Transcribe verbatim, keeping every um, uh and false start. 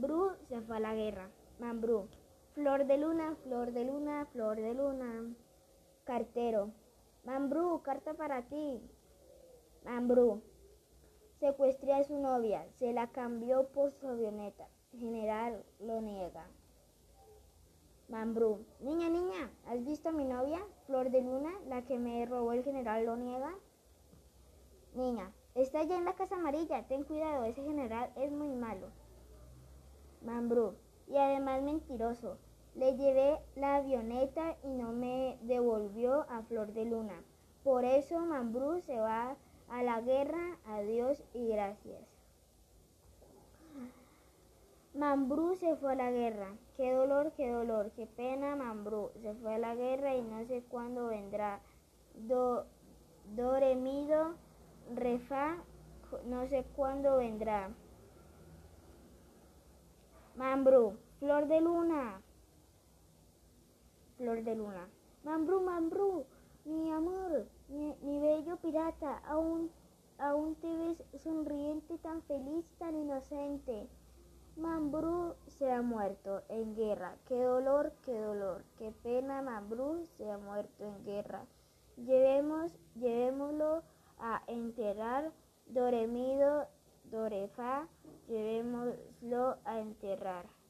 Mambrú se fue a la guerra. Mambrú. Flor de luna, flor de luna, flor de luna. Cartero. Mambrú, carta para ti. Mambrú. Secuestré a su novia, se la cambió por su avioneta. General lo niega. Mambrú. Niña, niña, ¿has visto a mi novia? Flor de luna, la que me robó el general lo niega. Niña. Está allá en la casa amarilla, ten cuidado, ese general es muy malo. Mambrú. Y además mentiroso. Le llevé la avioneta y no me devolvió a Flor de Luna. Por eso Mambrú se va a la guerra. Adiós y gracias. Mambrú se fue a la guerra. Qué dolor, qué dolor, qué pena. Mambrú se fue a la guerra y no sé cuándo vendrá. Do, do, re, mi, do, re, fa, no sé cuándo vendrá. Mambrú. Flor de luna. Flor de luna. Mambrú, Mambrú, mi amor, mi, mi bello pirata, aún, aún te ves sonriente, tan feliz, tan inocente. Mambrú se ha muerto en guerra. Qué dolor, qué dolor, qué pena. Mambrú se ha muerto en guerra. Llevemos, llevémoslo a enterrar. Do, re, mi, do, do, re, fa, llevémoslo a enterrar.